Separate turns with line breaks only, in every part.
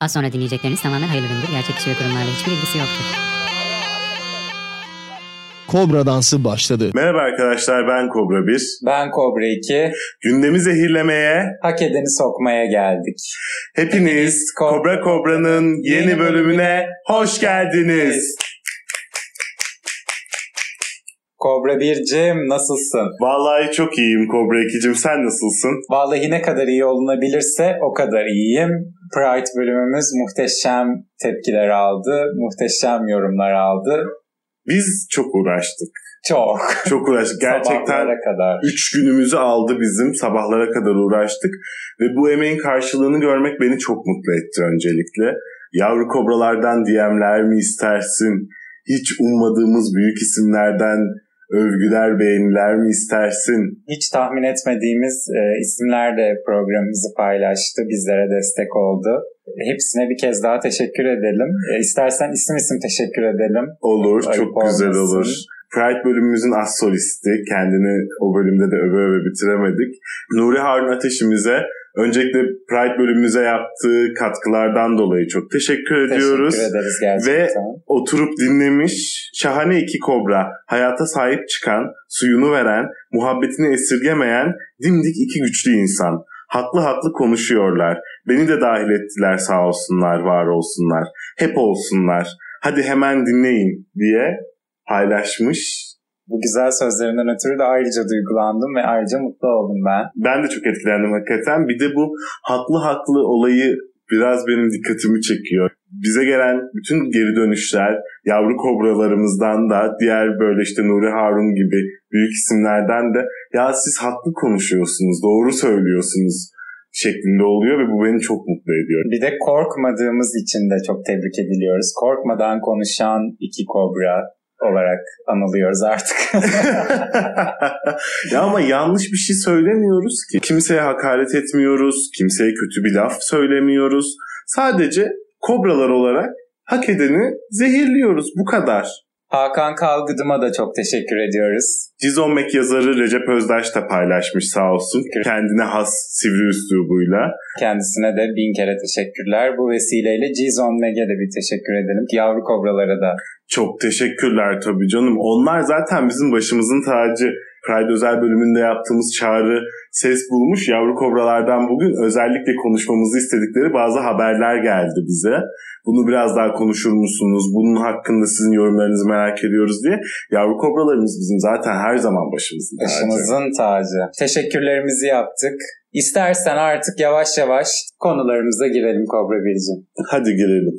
Az sonra dinleyecekleriniz tamamen hayırlı üründür. Gerçek kişi ve kurumlarla hiçbir ilgisi yoktur.
Kobra dansı başladı.
Merhaba arkadaşlar, ben Kobra 1.
Ben Kobra 2.
Gündemi zehirlemeye,
hak edeni sokmaya geldik.
Hepiniz Kobra Kobra'nın yeni bölümüne hoş geldiniz.
Kobra 1'cim nasılsın?
Vallahi çok iyiyim Kobra 2'cim, sen nasılsın?
Vallahi ne kadar iyi olunabilirse o kadar iyiyim. Pride bölümümüz muhteşem tepkiler aldı, muhteşem yorumlar aldı.
Biz çok uğraştık.
Çok
uğraştık. Gerçekten
kadar.
3 günümüzü aldı bizim. Sabahlara kadar uğraştık. Ve bu emeğin karşılığını görmek beni çok mutlu etti öncelikle. Yavru kobralardan DM'ler mi istersin? Hiç ummadığımız büyük isimlerden övgüler, beğeniler mi istersin?
Hiç tahmin etmediğimiz isimler de programımızı paylaştı. Bizlere destek oldu. Hepsine bir kez daha teşekkür edelim. İstersen isim teşekkür edelim.
Olur,
Ayıp
çok güzel
olmasın.
olur. Pride bölümümüzün as solisti. Kendini o bölümde de öve bitiremedik. Nuri Harun Ateş'imize öncelikle Pride bölümümüze yaptığı katkılardan dolayı çok teşekkür ediyoruz.
Teşekkür ederiz gerçekten.
Ve oturup dinlemiş, şahane iki kobra, hayata sahip çıkan, suyunu veren, muhabbetini esirgemeyen dimdik iki güçlü insan. Haklı konuşuyorlar. Beni de dahil ettiler, sağ olsunlar, var olsunlar. Hep olsunlar. Hadi hemen dinleyin diye paylaşmış.
Bu güzel sözlerinden ötürü de ayrıca duygulandım ve ayrıca mutlu oldum ben.
Ben de çok etkilendim hakikaten. Bir de bu haklı olayı biraz benim dikkatimi çekiyor. Bize gelen bütün geri dönüşler, yavru kobralarımızdan da, diğer böyle işte Nuri Harun gibi büyük isimlerden de ya siz haklı konuşuyorsunuz, doğru söylüyorsunuz şeklinde oluyor ve bu beni çok mutlu ediyor.
Bir de korkmadığımız için de çok tebrik ediliyoruz. Korkmadan konuşan iki kobra olarak anılıyoruz artık.
Ya ama yanlış bir şey söylemiyoruz ki. Kimseye hakaret etmiyoruz, kimseye kötü bir laf söylemiyoruz. Sadece kobralar olarak hak edeni zehirliyoruz. Bu kadar.
Hakan Kalgıdım'a da çok teşekkür ediyoruz.
Cizonmek yazarı Recep Özdaş da paylaşmış sağ olsun. Kendine has sivri üslubuyla.
Kendisine de 1000 kere teşekkürler. Bu vesileyle Cizonmek'e de bir teşekkür edelim. Yavru kobralara da.
Çok teşekkürler tabii canım. Onlar zaten bizim başımızın tacı. Pride özel bölümünde yaptığımız çağrı ses bulmuş. Yavru kobralardan bugün özellikle konuşmamızı istedikleri bazı haberler geldi bize. Bunu biraz daha konuşur musunuz? Bunun hakkında sizin yorumlarınızı merak ediyoruz diye. Yavru kobralarımız bizim zaten her zaman başımızın tacı.
Başımızın tacı. Teşekkürlerimizi yaptık. İstersen artık yavaş yavaş konularımıza girelim Kobra Birciğim.
Hadi girelim.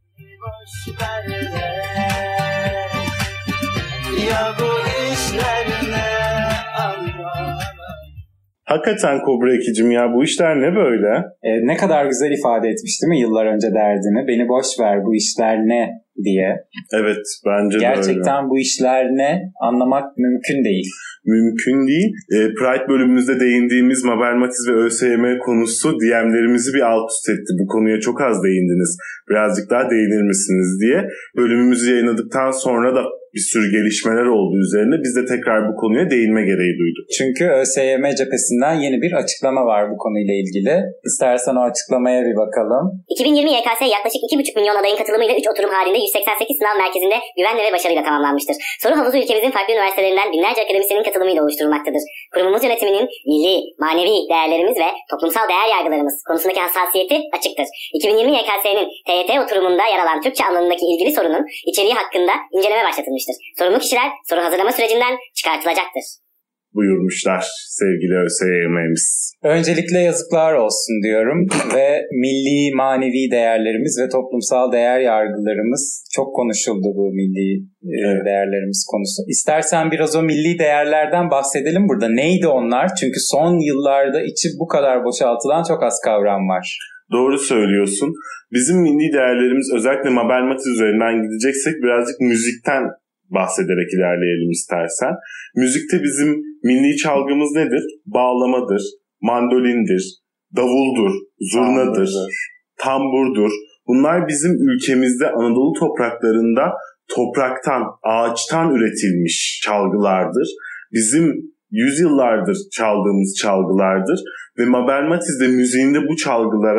Hakikaten Kobra 2'cim ya, bu işler ne böyle?
Ne kadar güzel ifade etmiş değil mi yıllar önce derdini? Beni boş ver, bu işler ne diye.
Evet, bence de öyle.
Gerçekten bu işler ne anlamak mümkün değil.
Mümkün değil. Pride bölümümüzde değindiğimiz Mabel Matiz ve ÖSYM konusu DM'lerimizi bir alt üst etti. Bu konuya çok az değindiniz. Birazcık daha değinir misiniz diye. Bölümümüzü yayınladıktan sonra da bir sürü gelişmeler oldu üzerine. Biz de tekrar bu konuya değinme gereği duyduk.
Çünkü ÖSYM cephesinden yeni bir açıklama var bu konuyla ilgili. İstersen o açıklamaya bir bakalım.
2020 YKS yaklaşık 2,5 milyon adayın katılımıyla 3 oturum halinde 188 sınav merkezinde güvenle ve başarıyla tamamlanmıştır. Soru havuzu ülkemizin farklı üniversitelerinden binlerce akademisyenin katılımıyla oluşturulmaktadır. Kurumumuz yönetiminin milli, manevi değerlerimiz ve toplumsal değer yargılarımız konusundaki hassasiyeti açıktır. 2020 YKS'nin TYT oturumunda yer alan Türkçe alanındaki ilgili sorunun içeriği hakkında inceleme başlatılmıştır. Sorumlu kişiler soru hazırlama sürecinden çıkartılacaktır.
Buyurmuşlar sevgili ÖSYM'miz.
Öncelikle yazıklar olsun diyorum ve milli manevi değerlerimiz ve toplumsal değer yargılarımız çok konuşuldu, bu milli değerlerimiz konusu. İstersen biraz o milli değerlerden bahsedelim burada. Neydi onlar? Çünkü son yıllarda içi bu kadar boşaltılan çok az kavram var.
Doğru söylüyorsun. Bizim milli değerlerimiz, özellikle Mabel Matiz üzerinden gideceksek birazcık müzikten bahsederek ilerleyelim istersen. Müzikte bizim milli çalgımız nedir? Bağlamadır, mandolindir, davuldur, zurnadır, tamburdur. Bunlar bizim ülkemizde Anadolu topraklarında topraktan, ağaçtan üretilmiş çalgılardır. Bizim yüzyıllardır çaldığımız çalgılardır ve Mabel Matiz de müziğinde bu çalgılara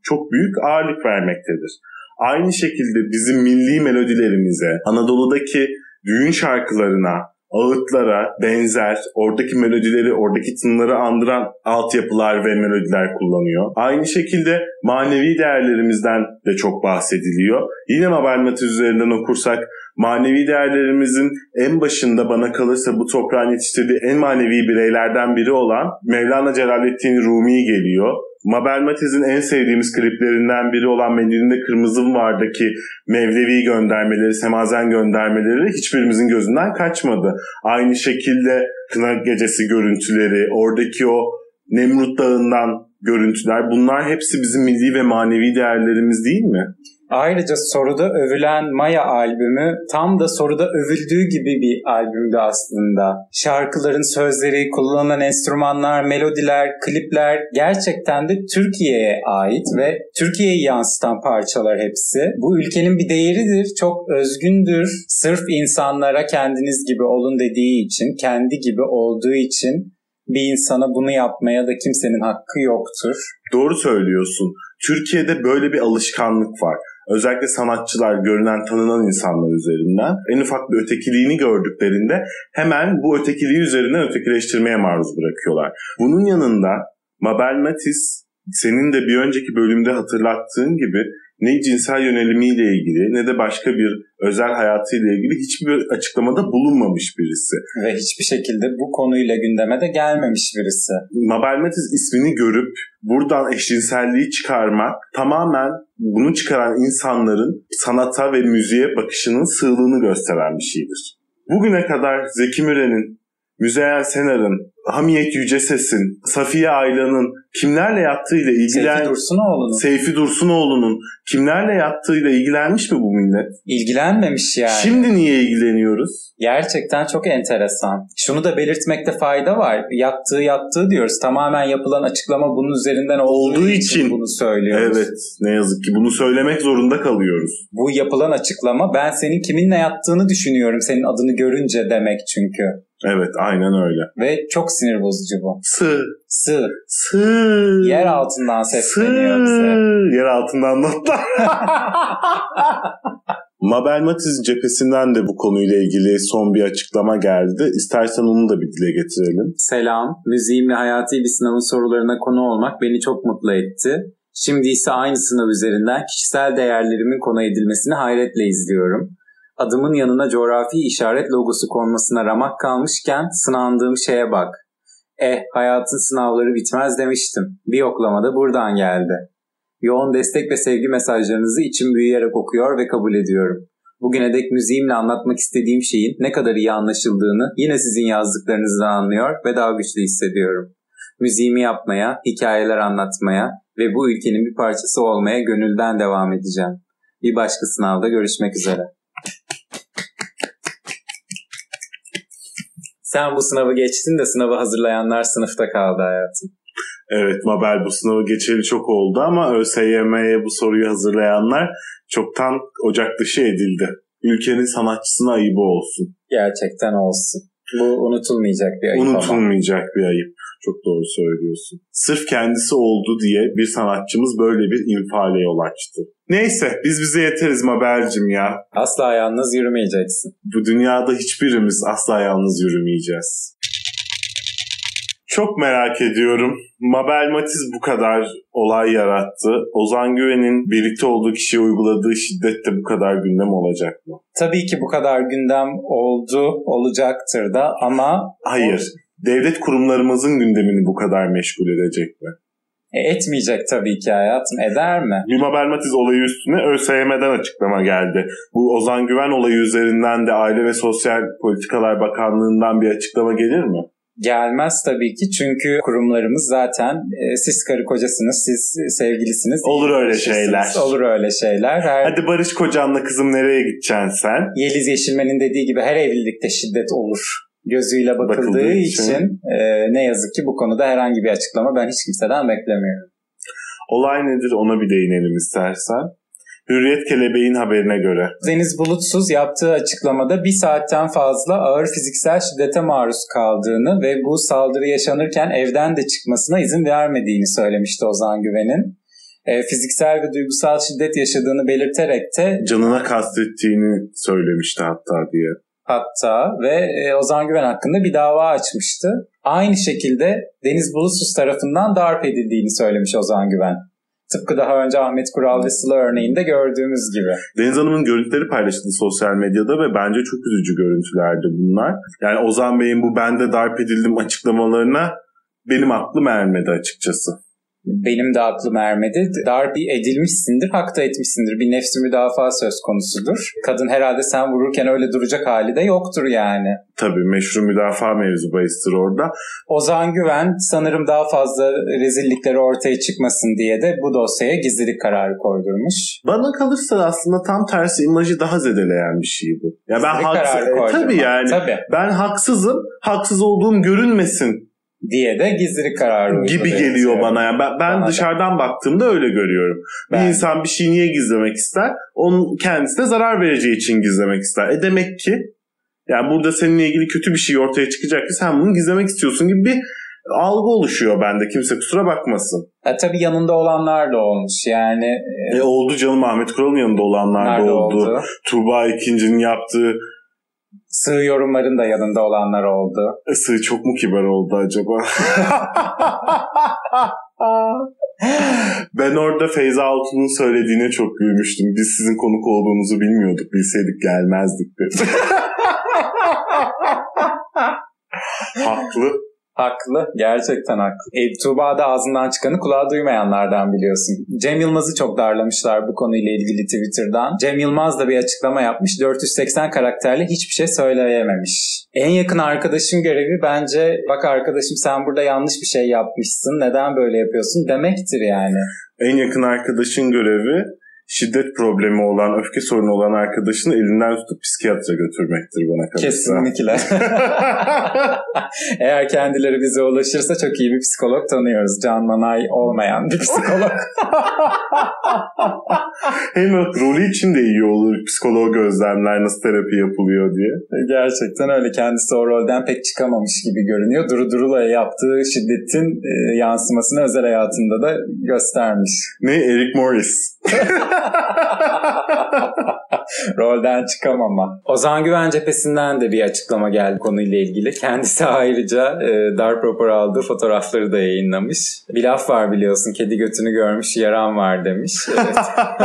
çok büyük ağırlık vermektedir. Aynı şekilde bizim milli melodilerimize, Anadolu'daki düğün şarkılarına, ağıtlara benzer, oradaki melodileri, oradaki tınıları andıran altyapılar ve melodiler kullanıyor. Aynı şekilde manevi değerlerimizden de çok bahsediliyor. Yine Mabel Matiz üzerinden okursak, manevi değerlerimizin en başında bana kalırsa bu toprağın yetiştirdiği en manevi bireylerden biri olan Mevlana Celaleddin Rumi geliyor. Mabel Matiz'in en sevdiğimiz kliplerinden biri olan Mendilinde Kırmızım Var'daki Mevlevi göndermeleri, semazen göndermeleri hiçbirimizin gözünden kaçmadı. Aynı şekilde Kına Gecesi görüntüleri, oradaki o Nemrut Dağı'ndan görüntüler, bunlar hepsi bizim milli ve manevi değerlerimiz değil mi?
Ayrıca soruda övülen Maya albümü tam da soruda övüldüğü gibi bir albümdü aslında. Şarkıların sözleri, kullanılan enstrümanlar, melodiler, klipler gerçekten de Türkiye'ye ait ve Türkiye'yi yansıtan parçalar hepsi. Bu ülkenin bir değeridir, çok özgündür. Sırf insanlara kendiniz gibi olun dediği için, kendi gibi olduğu için bir insana bunu yapmaya da kimsenin hakkı yoktur.
Doğru söylüyorsun. Türkiye'de böyle bir alışkanlık var. Özellikle sanatçılar, görünen, tanınan insanlar üzerinden en ufak bir ötekiliğini gördüklerinde hemen bu ötekiliği üzerinden ötekileştirmeye maruz bırakıyorlar. Bunun yanında Mabel Matiz, senin de bir önceki bölümde hatırlattığın gibi ne cinsel yönelimiyle ilgili ne de başka bir özel hayatıyla ilgili hiçbir açıklamada bulunmamış birisi.
Ve hiçbir şekilde bu konuyla gündeme de gelmemiş birisi.
Mabel Matiz ismini görüp buradan eşcinselliği çıkarmak tamamen bunu çıkaran insanların sanata ve müziğe bakışının sığlığını gösteren bir şeydir. Bugüne kadar Zeki Müren'in, Müzeyyen Senar'ın, Hamiyet Yüceses'in, Safiye Aylan'ın kimlerle yattığıyla Seyfi Dursunoğlu'nun kimlerle yattığıyla ilgilenmiş mi bu millet?
İlgilenmemiş yani.
Şimdi niye ilgileniyoruz?
Gerçekten çok enteresan. Şunu da belirtmekte fayda var. Yattığı diyoruz. Tamamen yapılan açıklama bunun üzerinden olduğu için bunu söylüyoruz.
Evet, ne yazık ki bunu söylemek zorunda kalıyoruz.
Bu yapılan açıklama ben senin kiminle yattığını düşünüyorum senin adını görünce demek çünkü.
Evet, aynen öyle.
Ve çok sinir bozucu bu. Sığ. Yer altından sesleniyor bize.
Yer altından notlar. Mabel Matiz cephesinden de bu konuyla ilgili son bir açıklama geldi. İstersen onu da bir dile getirelim.
Selam. Müziğim ve hayati bir sınavın sorularına konu olmak beni çok mutlu etti. Şimdi ise aynı sınav üzerinden kişisel değerlerimin konu edilmesini hayretle izliyorum. Adımın yanına coğrafi işaret logosu konmasına ramak kalmışken sınandığım şeye bak. Hayatın sınavları bitmez demiştim. Bir yoklama da buradan geldi. Yoğun destek ve sevgi mesajlarınızı içim büyüyerek okuyor ve kabul ediyorum. Bugüne dek müziğimle anlatmak istediğim şeyin ne kadar iyi anlaşıldığını yine sizin yazdıklarınızdan anlıyor ve daha güçlü hissediyorum. Müziğimi yapmaya, hikayeler anlatmaya ve bu ülkenin bir parçası olmaya gönülden devam edeceğim. Bir başka sınavda görüşmek üzere. Sen bu sınavı geçtin de sınavı hazırlayanlar sınıfta kaldı hayatım.
Evet, Mabel bu sınavı geçeli çok oldu ama ÖSYM'ye bu soruyu hazırlayanlar çoktan ocak dışı edildi. Ülkenin sanatçısına ayıbı olsun.
Gerçekten olsun. Bu unutulmayacak bir ayıp.
Unutulmayacak bir ayıp. Çok doğru söylüyorsun. Sırf kendisi oldu diye bir sanatçımız böyle bir infiale yol açtı. Neyse, biz bize yeteriz Mabel'cim ya.
Asla yalnız yürümeyeceksin.
Bu dünyada hiçbirimiz asla yalnız yürümeyeceğiz. Çok merak ediyorum. Mabel Matiz bu kadar olay yarattı. Ozan Güven'in birlikte olduğu kişiye uyguladığı şiddet de bu kadar gündem olacak mı?
Tabii ki bu kadar gündem olacaktır da ama...
Hayır. Devlet kurumlarımızın gündemini bu kadar meşgul edecek mi?
Etmeyecek tabii ki hayatım. Eder mi?
Bir Mabel Matiz olayı üstüne ÖSYM'den açıklama geldi. Bu Ozan Güven olayı üzerinden de Aile ve Sosyal Politikalar Bakanlığı'ndan bir açıklama gelir mi?
Gelmez tabii ki çünkü kurumlarımız zaten siz karı kocasınız, siz sevgilisiniz.
Olur öyle şeyler.
Olur öyle şeyler.
Hadi barış kocanla kızım nereye gideceksin sen?
Yeliz Yeşilmen'in dediği gibi her evlilikte şiddet olur gözüyle bakıldığı için ne yazık ki bu konuda herhangi bir açıklama ben hiç kimseden beklemiyorum.
Olay nedir ona bir değinelim istersen. Hürriyet Kelebeğin haberine göre.
Deniz Bulutsuz yaptığı açıklamada 1 saatten fazla ağır fiziksel şiddete maruz kaldığını ve bu saldırı yaşanırken evden de çıkmasına izin vermediğini söylemişti Ozan Güven'in. fiziksel ve duygusal şiddet yaşadığını belirterek de
Canına kastettiğini söylemişti hatta diye.
Ve Ozan Güven hakkında bir dava açmıştı. Aynı şekilde Deniz Bulutsuz tarafından darp edildiğini söylemiş Ozan Güven. Tıpkı daha önce Ahmet Kural ve Sıla örneğinde gördüğümüz gibi.
Deniz Hanım'ın görüntüleri paylaşıldı sosyal medyada ve bence çok üzücü görüntülerdi bunlar. Yani Ozan Bey'in bu "ben de darp edildim" açıklamalarına benim aklım ermedi açıkçası.
Benim de aklım ermedi. Darp edilmişsindir, hak da etmişsindir. Bir nefsi müdafaa söz konusudur. Kadın herhalde sen vururken öyle duracak hali de yoktur yani.
Tabii meşru müdafaa mevzu bahistir orada.
Ozan Güven sanırım daha fazla rezillikleri ortaya çıkmasın diye de bu dosyaya gizlilik kararı koydurmuş.
Bana kalırsa aslında tam tersi imajı daha zedeleyen bir şey bu. Ya ben tabii yani. Tabii. Ben haksızım, haksız olduğum görünmesin
diye de gizlilik kararı
gibi geliyor bana. Yani ben dışarıdan baktığımda öyle görüyorum. Bir insan bir şeyi niye gizlemek ister? Onun kendisine zarar vereceği için gizlemek ister. Demek ki yani burada seninle ilgili kötü bir şey ortaya çıkacak ki sen bunu gizlemek istiyorsun gibi bir algı oluşuyor bende. Kimse kusura bakmasın.
Tabii yanında olanlar da olmuş yani.
Oldu canım, Ahmet Kural'ın yanında olanlar da oldu. Tuğba İkinci'nin yaptığı
sığ yorumların da yanında olanlar oldu.
Sığ çok mu kibar oldu acaba? Ben orada Feyza Altun'un söylediğine çok gülmüştüm. Biz sizin konuk olduğunuzu bilmiyorduk. Bilseydik gelmezdik dedi. Haklı.
Haklı. Gerçekten haklı. Tuğba da ağzından çıkanı kulağa duymayanlardan biliyorsun. Cem Yılmaz'ı çok darlamışlar bu konuyla ilgili Twitter'dan. Cem Yılmaz da bir açıklama yapmış. 480 karakterle hiçbir şey söyleyememiş. En yakın arkadaşın görevi bence bak arkadaşım sen burada yanlış bir şey yapmışsın. Neden böyle yapıyorsun demektir yani.
En yakın arkadaşın görevi şiddet problemi olan, öfke sorunu olan arkadaşını elinden tutup psikiyatra götürmektir bana kalırsa.
Kesinlikle. Eğer kendileri bize ulaşırsa çok iyi bir psikolog tanıyoruz. Can Manay olmayan bir psikolog.
Hem rolü için de iyi olur psikolog gözlemler nasıl terapi yapılıyor diye.
Gerçekten öyle. Kendisi o rolden pek çıkamamış gibi görünüyor. Duru Durula'ya yaptığı şiddetin yansımasını özel hayatında da göstermiş.
Ne? Eric Morris.
Rolden çıkamama. Ozan Güven cephesinden de bir açıklama geldi konuyla ilgili. Kendisi ayrıca darp raporu aldığı fotoğrafları da yayınlamış. Bir laf var biliyorsun, kedi götünü görmüş yaran var demiş. Evet.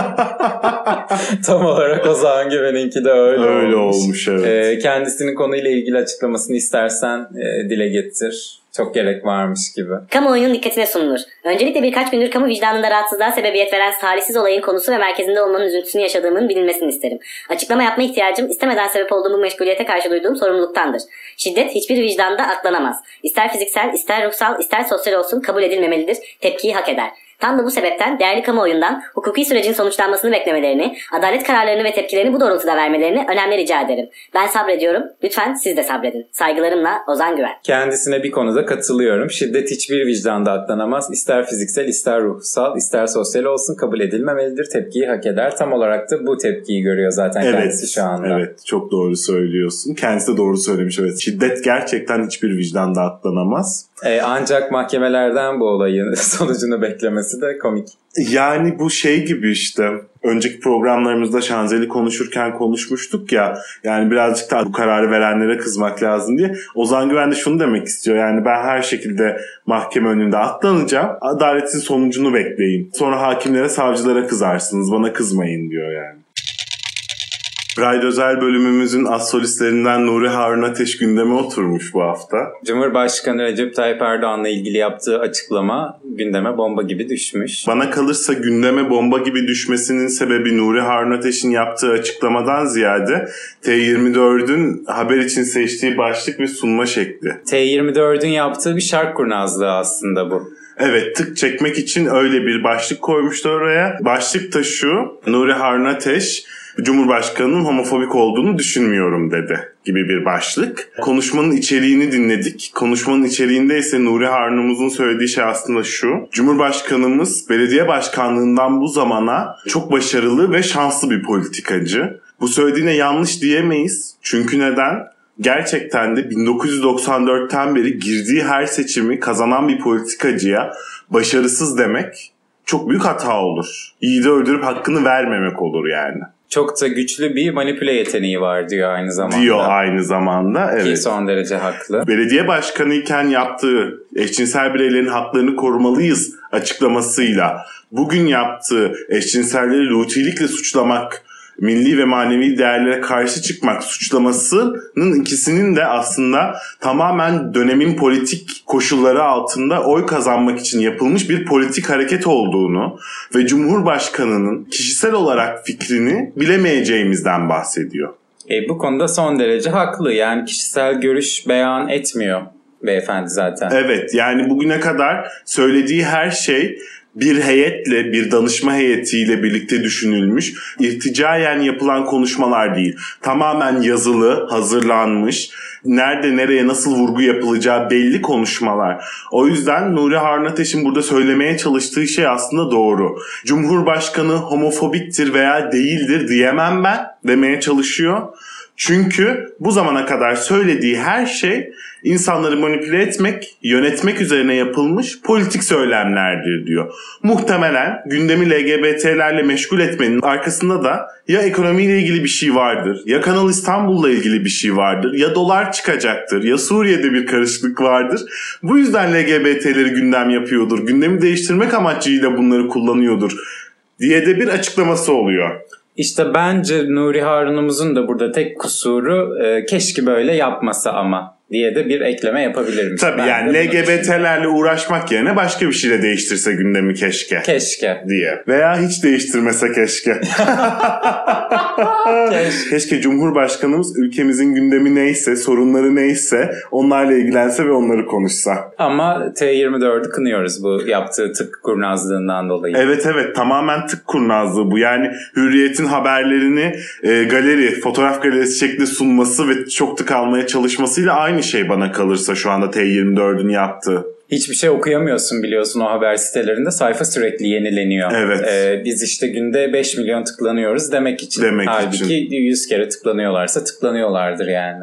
Tam olarak Ozan Güven'inki de öyle olmuş. Evet. Kendisinin konuyla ilgili açıklamasını istersen dile getir. Çok gerek varmış gibi.
Kamuoyunun dikkatine sunulur. Öncelikle birkaç gündür kamu vicdanında rahatsızlığa sebebiyet veren talihsiz olayın konusu ve merkezinde olmanın üzüntüsünü yaşadığımın bilinmesini isterim. Açıklama yapma ihtiyacım istemeden sebep olduğum bu meşguliyete karşı duyduğum sorumluluktandır. Şiddet hiçbir vicdanda atlanamaz. İster fiziksel, ister ruhsal, ister sosyal olsun kabul edilmemelidir, tepkiyi hak eder. Tam da bu sebepten değerli kamuoyundan hukuki sürecin sonuçlanmasını beklemelerini, adalet kararlarını ve tepkilerini bu doğrultuda vermelerini önemli rica ederim. Ben sabrediyorum. Lütfen siz de sabredin. Saygılarımla Ozan Güven.
Kendisine bir konuda katılıyorum. Şiddet hiçbir vicdanda atlanamaz. İster fiziksel, ister ruhsal, ister sosyal olsun kabul edilmemelidir. Tepkiyi hak eder. Tam olarak da bu tepkiyi görüyor zaten kendisi şu anda.
Evet, çok doğru söylüyorsun. Kendisi de doğru söylemiş. Evet, şiddet gerçekten hiçbir vicdanda atlanamaz.
Ancak mahkemelerden bu olayın sonucunu beklemesi de komik.
Yani bu şey gibi işte. Önceki programlarımızda Şanzeli konuşurken konuşmuştuk ya. Yani birazcık da bu kararı verenlere kızmak lazım diye. Ozan Güven de şunu demek istiyor. Yani ben her şekilde mahkeme önünde atlanacağım. Adaletin sonucunu bekleyin. Sonra hakimlere, savcılara kızarsınız. Bana kızmayın diyor yani. Pride özel bölümümüzün az solistlerinden Nuri Harun Ateş gündeme oturmuş bu hafta.
Cumhurbaşkanı Recep Tayyip Erdoğan'la ilgili yaptığı açıklama gündeme bomba gibi düşmüş.
Bana kalırsa gündeme bomba gibi düşmesinin sebebi Nuri Harun Ateş'in yaptığı açıklamadan ziyade T24'ün haber için seçtiği başlık ve sunma şekli.
T24'ün yaptığı bir şark kurnazlığı aslında bu.
Evet, tık çekmek için öyle bir başlık koymuşlar oraya. Başlık da şu: Nuri Harun Ateş Cumhurbaşkanı'nın homofobik olduğunu düşünmüyorum dedi gibi bir başlık. Konuşmanın içeriğini dinledik. Konuşmanın içeriğinde ise Nuri Harun'umuzun söylediği şey aslında şu: Cumhurbaşkanımız belediye başkanlığından bu zamana çok başarılı ve şanslı bir politikacı. Bu söylediğine yanlış diyemeyiz. Çünkü neden? Gerçekten de 1994'ten beri girdiği her seçimi kazanan bir politikacıya başarısız demek çok büyük hata olur. Yiğidi öldürüp hakkını vermemek olur yani.
Çok da güçlü bir manipüle yeteneği var diyor aynı zamanda.
Diyor aynı zamanda, evet.
Ki son derece haklı.
Belediye başkanı iken yaptığı eşcinsel bireylerin haklarını korumalıyız açıklamasıyla bugün yaptığı eşcinselleri lutilikle suçlamak, milli ve manevi değerlere karşı çıkmak suçlamasının ikisinin de aslında tamamen dönemin politik koşulları altında oy kazanmak için yapılmış bir politik hareket olduğunu ve Cumhurbaşkanı'nın kişisel olarak fikrini bilemeyeceğimizden bahsediyor.
Bu konuda son derece haklı. Yani kişisel görüş beyan etmiyor beyefendi zaten.
Evet, yani bugüne kadar söylediği her şey bir heyetle, bir danışma heyetiyle birlikte düşünülmüş, irticayen yapılan konuşmalar değil. Tamamen yazılı, hazırlanmış, nerede nereye nasıl vurgu yapılacağı belli konuşmalar. O yüzden Nuri Harun Ateş'in burada söylemeye çalıştığı şey aslında doğru. Cumhurbaşkanı homofobiktir veya değildir diyemem ben demeye çalışıyor. Çünkü bu zamana kadar söylediği her şey insanları manipüle etmek, yönetmek üzerine yapılmış politik söylemlerdir diyor. Muhtemelen gündemi LGBT'lerle meşgul etmenin arkasında da ya ekonomiyle ilgili bir şey vardır, ya Kanal İstanbul'la ilgili bir şey vardır, ya dolar çıkacaktır, ya Suriye'de bir karışıklık vardır. Bu yüzden LGBT'leri gündem yapıyordur, gündemi değiştirmek amacıyla bunları kullanıyordur diye de bir açıklaması oluyor.
İşte bence Nuri Harun'umuzun da burada tek kusuru keşke böyle yapmasa ama diye de bir ekleme yapabilirim.
Tabii ben yani LGBT'lerle uğraşmak yerine başka bir şeyle değiştirse gündemi keşke.
Keşke.
Diye. Veya hiç değiştirmese keşke. Keşke Cumhurbaşkanımız ülkemizin gündemi neyse, sorunları neyse onlarla ilgilense ve onları konuşsa.
Ama T24'ü kınıyoruz bu yaptığı tık kurnazlığından dolayı.
Evet tamamen tık kurnazlığı bu. Yani Hürriyet'in haberlerini galeri, fotoğraf galerisi şeklinde sunması ve çok tık almaya çalışmasıyla aynı şey bana kalırsa şu anda T24'ün yaptığı.
Hiçbir şey okuyamıyorsun biliyorsun o haber sitelerinde. Sayfa sürekli yenileniyor.
Evet.
Biz işte günde 5 milyon tıklanıyoruz demek için. Halbuki 100 kere tıklanıyorlarsa tıklanıyorlardır yani.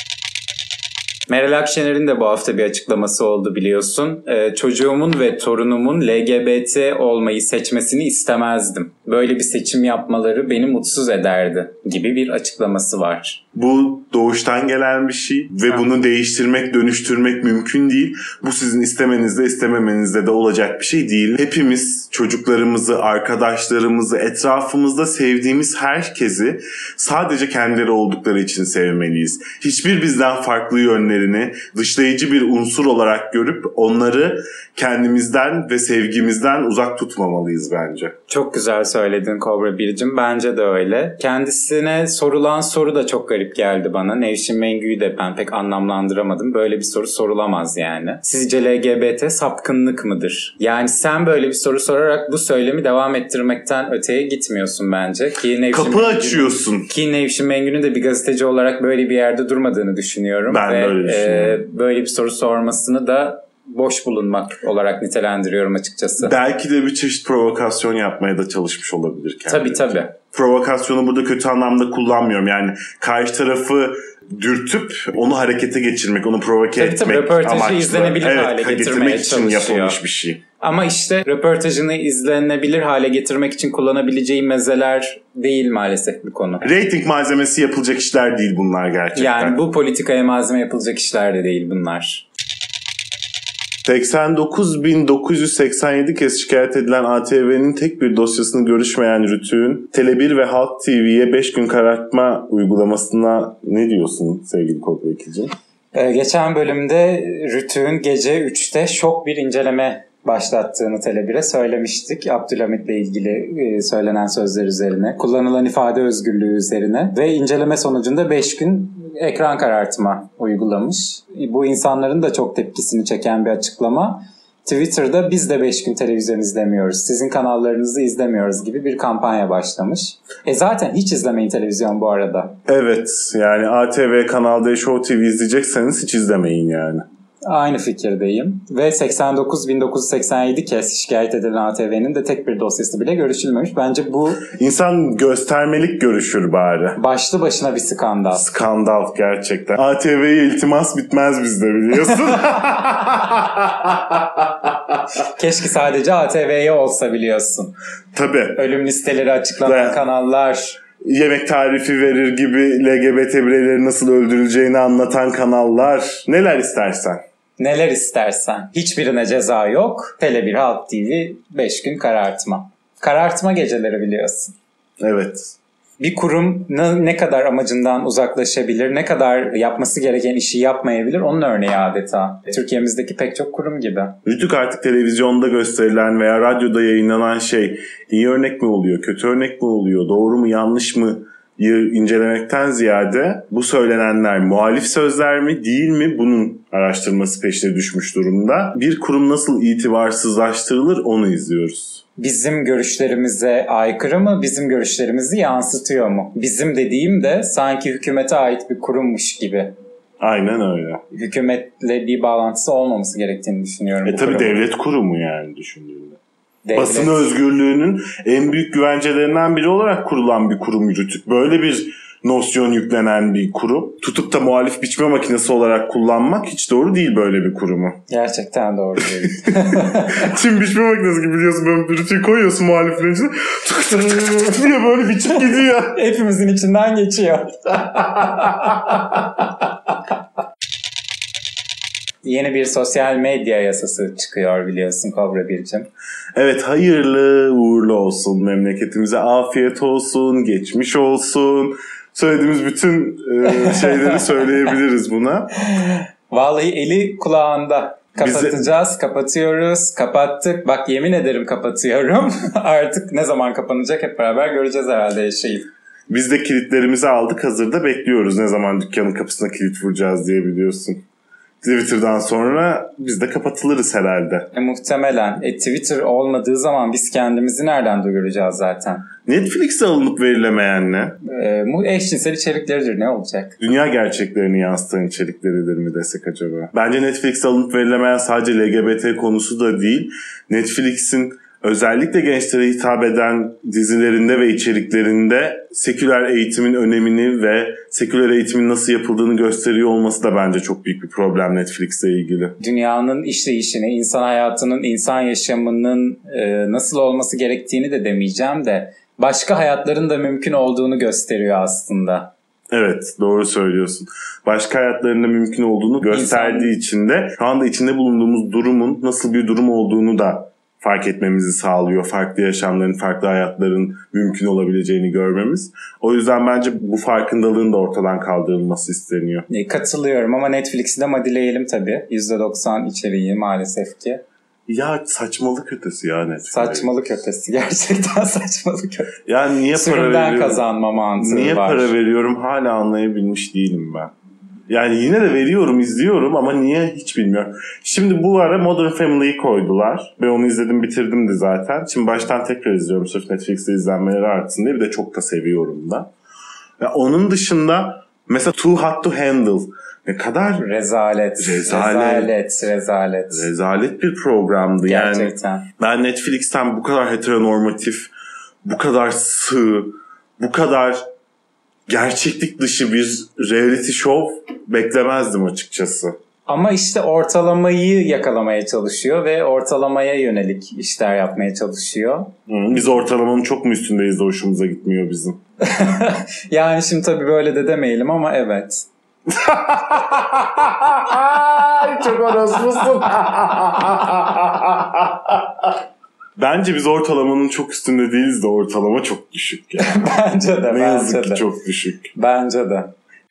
Meral Akşener'in de bu hafta bir açıklaması oldu biliyorsun. Çocuğumun ve torunumun LGBT olmayı seçmesini istemezdim. Böyle bir seçim yapmaları beni mutsuz ederdi gibi bir açıklaması var.
Bu doğuştan gelen bir şey ve bunu değiştirmek, dönüştürmek mümkün değil. Bu sizin istemenizde, istememenizde de olacak bir şey değil. Hepimiz çocuklarımızı, arkadaşlarımızı, etrafımızda sevdiğimiz herkesi sadece kendileri oldukları için sevmeliyiz. Hiçbir bizden farklı yönlerini dışlayıcı bir unsur olarak görüp onları kendimizden ve sevgimizden uzak tutmamalıyız bence.
Çok güzel söyledin Kobra Biricim. Bence de öyle. Kendisine sorulan soru da çok garip geldi bana. Nevşin Mengü'yü de ben pek anlamlandıramadım. Böyle bir soru sorulamaz yani. Sizce LGBT sapkınlık mıdır? Yani sen böyle bir soru sorarak bu söylemi devam ettirmekten öteye gitmiyorsun bence.
Kapı açıyorsun.
Ki Nevşin Mengü'nün de bir gazeteci olarak böyle bir yerde durmadığını düşünüyorum.
Ben de öyle düşünüyorum.
Böyle bir soru sormasını da boş bulunmak olarak nitelendiriyorum açıkçası.
Belki de bir çeşit provokasyon yapmaya da çalışmış olabilir kendisi.
Tabii.
Provokasyonu burada kötü anlamda kullanmıyorum. Yani karşı tarafı dürtüp onu harekete geçirmek, onu provoke etmek
röportajı
amaçlı.
izlenebilir hale getirmeye
için
çalışıyor.
yapılmış bir şey.
Ama işte röportajını izlenebilir hale getirmek için kullanabileceği mezeler değil maalesef bir konu.
Rating malzemesi yapılacak işler değil bunlar gerçekten.
Yani bu politikaya malzeme yapılacak işler de değil bunlar.
89.987 kez şikayet edilen ATV'nin tek bir dosyasını görüşmeyen Rütük'ün Tele1 ve Halk TV'ye 5 gün karartma uygulamasına ne diyorsun sevgili Kobra İkizciğim?
Geçen bölümde Rütük'ün gece 3'te şok bir inceleme başlattığını Tele1'e söylemiştik. Abdülhamit'le ilgili söylenen sözler üzerine, kullanılan ifade özgürlüğü üzerine ve inceleme sonucunda 5 gün ekran karartma uygulamış. Bu insanların da çok tepkisini çeken bir açıklama. Twitter'da biz de 5 gün televizyon izlemiyoruz, sizin kanallarınızı izlemiyoruz gibi bir kampanya başlamış. Zaten hiç izlemeyin televizyon bu arada.
Evet, yani ATV, Kanal D, Show TV izleyecekseniz hiç izlemeyin yani.
Aynı fikirdeyim. Ve 89.987 kez şikayet edilen ATV'nin de tek bir dosyası bile görüşülmemiş. Bence bu...
İnsan göstermelik görüşür bari.
Başlı başına bir skandal.
Skandal gerçekten. ATV'ye iltimas bitmez bizde biliyorsun.
Keşke sadece ATV'ye olsa biliyorsun.
Tabii.
Ölüm listeleri açıklanan kanallar.
Yemek tarifi verir gibi LGBT bireyleri nasıl öldürüleceğini anlatan kanallar. Neler istersen.
Neler istersen. Hiçbirine ceza yok. Tele1 Halk TV 5 gün karartma. Karartma geceleri biliyorsun.
Evet.
Bir kurum ne kadar amacından uzaklaşabilir, ne kadar yapması gereken işi yapmayabilir, onun örneği adeta. Türkiye'mizdeki pek çok kurum gibi.
Rütük artık televizyonda gösterilen veya radyoda yayınlanan şey iyi örnek mi oluyor, kötü örnek mi oluyor, doğru mu yanlış mı incelemekten ziyade bu söylenenler muhalif sözler mi değil mi bunun araştırması peşine düşmüş durumda. Bir kurum nasıl itibarsızlaştırılır onu izliyoruz.
Bizim görüşlerimize aykırı mı, bizim görüşlerimizi yansıtıyor mu? Bizim dediğim de sanki hükümete ait bir kurummuş gibi.
Aynen öyle.
Hükümetle bir bağlantısı olmaması gerektiğini düşünüyorum.
Tabii devlet kurumu yani düşündüğünde.
Devlet.
Basın özgürlüğünün en büyük güvencelerinden biri olarak kurulan bir kurum Rütük. Böyle bir nosyon yüklenen bir kurum. Tutup da muhalif biçme makinesi olarak kullanmak hiç doğru değil böyle bir kurumu.
Gerçekten doğru değil.
Çin biçme makinesi gibi biliyorsun. Böyle bir Rütük'ü koyuyorsun muhaliflerin içine. Tık tık tık tık diye böyle biçip gidiyor.
Hepimizin içinden geçiyor. Yeni bir sosyal medya yasası çıkıyor biliyorsun Kobra 1'cim.
Evet, hayırlı uğurlu olsun memleketimize. Afiyet olsun, geçmiş olsun. Söylediğimiz bütün şeyleri söyleyebiliriz buna.
Vallahi eli kulağında. Kapatacağız, kapatıyoruz, kapattık. Bak yemin ederim kapatıyorum. Artık ne zaman kapanacak hep beraber göreceğiz herhalde yaşayıp.
Biz de kilitlerimizi aldık, hazırda bekliyoruz. Ne zaman dükkanın kapısına kilit vuracağız diye biliyorsun. Twitter'dan sonra biz de kapatılırız herhalde.
Muhtemelen. Twitter olmadığı zaman biz kendimizi nereden duyuracağız zaten?
Netflix'e alınıp verilemeyen ne?
Eşcinsel içerikleridir, ne olacak?
Dünya gerçeklerini yansıtan içerikleridir mi desek acaba? Bence Netflix'e alınıp verilemeyen sadece LGBT konusu da değil. Netflix'in özellikle gençlere hitap eden dizilerinde ve içeriklerinde seküler eğitimin önemini ve seküler eğitimin nasıl yapıldığını gösteriyor olması da bence çok büyük bir problem Netflix'le ilgili.
Dünyanın işleyişini, insan hayatının, insan yaşamının nasıl olması gerektiğini de demeyeceğim de başka hayatların da mümkün olduğunu gösteriyor aslında.
Evet, doğru söylüyorsun. Başka hayatlarında mümkün olduğunu gösterdiği için de şu anda içinde bulunduğumuz durumun nasıl bir durum olduğunu da fark etmemizi sağlıyor. Farklı yaşamların, farklı hayatların mümkün olabileceğini görmemiz. O yüzden bence bu farkındalığın da ortadan kaldırılması isteniyor.
Katılıyorum ama Netflix'i de madileyelim tabii. %90 içeriği maalesef ki.
Ya saçmalık ötesi ya Netflix.
Saçmalık ötesi. Gerçekten saçmalık ötesi.
Ya niye para veriyorum?
Kazanma mantığı
niye
var.
Para veriyorum hala anlayabilmiş değilim ben. Yani yine de veriyorum, izliyorum ama niye hiç bilmiyorum. Şimdi bu ara Modern Family'yi koydular. Ben onu izledim, bitirdim de zaten. Şimdi baştan tekrar izliyorum sırf Netflix'te izlenmeleri artsın diye. Bir de çok da seviyorum da. Ya onun dışında mesela Too Hot to Handle. Ne kadar
Rezalet
bir programdı.
Gerçekten.
Yani ben Netflix'ten bu kadar heteronormatif, bu kadar sığ, bu kadar gerçeklik dışı bir reality show beklemezdim açıkçası.
Ama işte ortalamayı yakalamaya çalışıyor ve ortalamaya yönelik işler yapmaya çalışıyor.
Biz ortalamanın çok mu üstündeyiz de hoşumuza gitmiyor bizim.
Yani şimdi tabii böyle de demeyelim ama evet.
Çok orospusun. Bence biz ortalamanın çok üstünde değiliz de ortalama çok düşük. Yani.
Bence de.
Ne yazık ki çok düşük.
Bence de.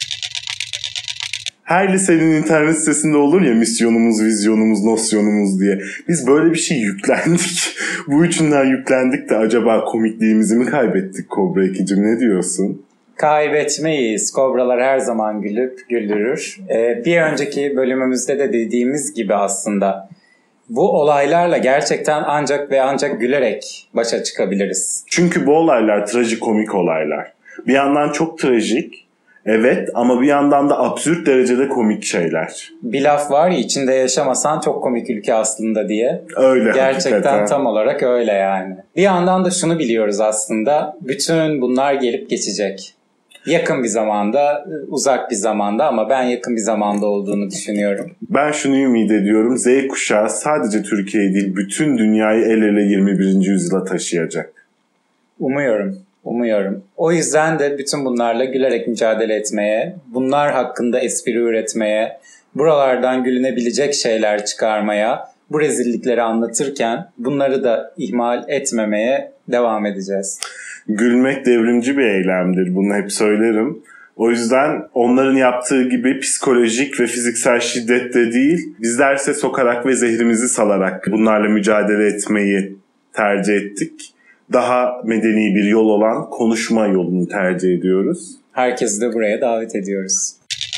Her lisenin internet sitesinde olur ya misyonumuz, vizyonumuz, nosyonumuz diye. Biz böyle bir şey yüklendik. Bu üçünden yüklendik de acaba komikliğimizi mi kaybettik Kobra 2'cim, ne diyorsun?
Kaybetmeyiz. Kobralar her zaman güldürür. Bir önceki bölümümüzde de dediğimiz gibi aslında bu olaylarla gerçekten ancak ve ancak gülerek başa çıkabiliriz.
Çünkü bu olaylar trajikomik olaylar. Bir yandan çok trajik, evet, ama bir yandan da absürt derecede komik şeyler.
Bir laf var ya, içinde yaşamasan çok komik ülke aslında diye.
Öyle.
Gerçekten
hakikaten.
Tam olarak öyle yani. Bir yandan da şunu biliyoruz aslında. Bütün bunlar gelip geçecek. Yakın bir zamanda, uzak bir zamanda ama ben yakın bir zamanda olduğunu düşünüyorum.
Ben şunu ümit ediyorum. Z kuşağı sadece Türkiye değil, bütün dünyayı el ele 21. yüzyıla taşıyacak.
Umuyorum. O yüzden de bütün bunlarla gülerek mücadele etmeye, bunlar hakkında espri üretmeye, buralardan gülünebilecek şeyler çıkarmaya, bu rezillikleri anlatırken bunları da ihmal etmemeye devam edeceğiz.
Gülmek devrimci bir eylemdir. Bunu hep söylerim. O yüzden onların yaptığı gibi psikolojik ve fiziksel şiddet de değil, bizlerse sokarak ve zehrimizi salarak bunlarla mücadele etmeyi tercih ettik. Daha medeni bir yol olan konuşma yolunu tercih ediyoruz.
Herkesi de buraya davet ediyoruz.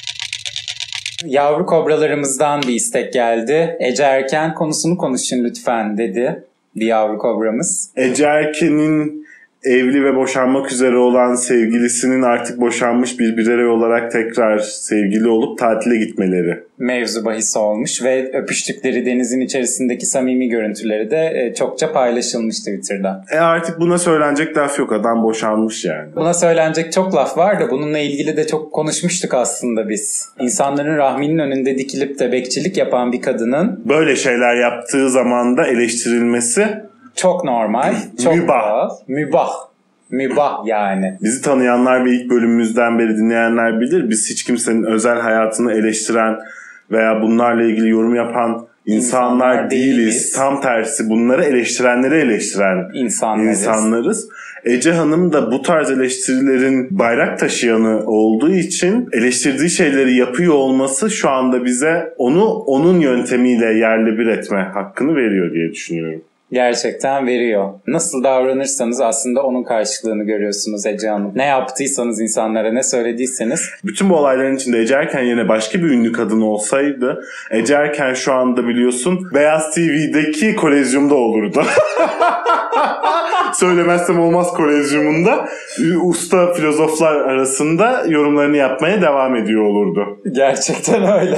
Yavru kobralarımızdan bir istek geldi. Ece Erken konusunu konuşun lütfen dedi bir yavru kobramız.
Ece Erken'in evli ve boşanmak üzere olan sevgilisinin artık boşanmış bir birey olarak tekrar sevgili olup tatile gitmeleri
Mevzu bahis olmuş ve öpüştükleri denizin içerisindeki samimi görüntüleri de çokça paylaşılmış Twitter'da.
Artık buna söylenecek laf yok. Adam boşanmış yani.
Buna söylenecek çok laf var da bununla ilgili de çok konuşmuştuk aslında biz. İnsanların rahminin önünde dikilip de bekçilik yapan bir kadının
böyle şeyler yaptığı zaman da eleştirilmesi
çok normal, çok
mübah.
doğal. Mübah yani.
Bizi tanıyanlar ve ilk bölümümüzden beri dinleyenler bilir. Biz hiç kimsenin özel hayatını eleştiren veya bunlarla ilgili yorum yapan insanlar değiliz. Tam tersi bunları eleştirenleri eleştiren insanlarız. Ece Hanım da bu tarz eleştirilerin bayrak taşıyanı olduğu için eleştirdiği şeyleri yapıyor olması şu anda bize onu onun yöntemiyle yerle bir etme hakkını veriyor diye düşünüyorum.
Gerçekten veriyor. Nasıl davranırsanız aslında onun karşılığını görüyorsunuz Ece Hanım. Ne yaptıysanız insanlara, ne söylediyseniz.
Bütün bu olayların içinde Ece Erken yerine başka bir ünlü kadın olsaydı Ece Erken şu anda biliyorsun Beyaz TV'deki Kolezyum'da olurdu. Söylemezsem olmaz Kolezyum'unda usta filozoflar arasında yorumlarını yapmaya devam ediyor olurdu.
Gerçekten öyle.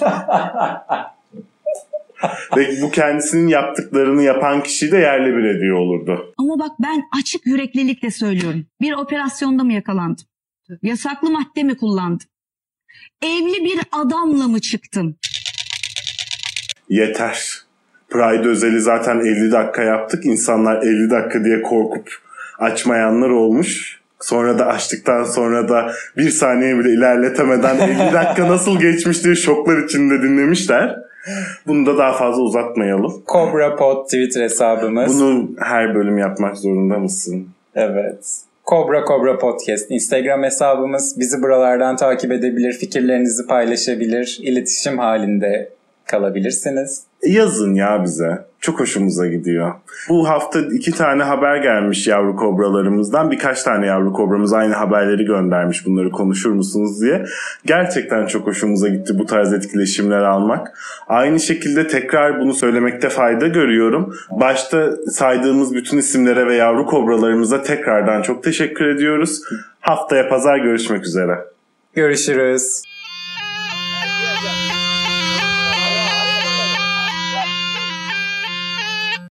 Ve bu kendisinin yaptıklarını yapan kişiyi de yerle bir ediyor olurdu.
Ama bak ben açık yüreklilikle söylüyorum. Bir operasyonda mı yakalandım? Yasaklı madde mi kullandım? Evli bir adamla mı çıktım?
Yeter. Pride özeli zaten 50 dakika yaptık. İnsanlar 50 dakika diye korkup açmayanlar olmuş. Sonra da açtıktan sonra da bir saniye bile ilerletemeden 50 dakika nasıl geçmiş diye şoklar içinde dinlemişler. Bunu da daha fazla uzatmayalım.
Cobra Pod Twitter hesabımız.
Bunu her bölüm yapmak zorunda mısın?
Evet. Cobra Podcast Instagram hesabımız. Bizi buralardan takip edebilir, fikirlerinizi paylaşabilir, iletişim halinde kalabilirsiniz.
Yazın ya bize. Çok hoşumuza gidiyor. Bu hafta 2 tane haber gelmiş yavru kobralarımızdan. Birkaç tane yavru kobramız aynı haberleri göndermiş, bunları konuşur musunuz diye. Gerçekten çok hoşumuza gitti bu tarz etkileşimler almak. Aynı şekilde tekrar bunu söylemekte fayda görüyorum. Başta saydığımız bütün isimlere ve yavru kobralarımıza tekrardan çok teşekkür ediyoruz. Haftaya pazar görüşmek üzere.
Görüşürüz.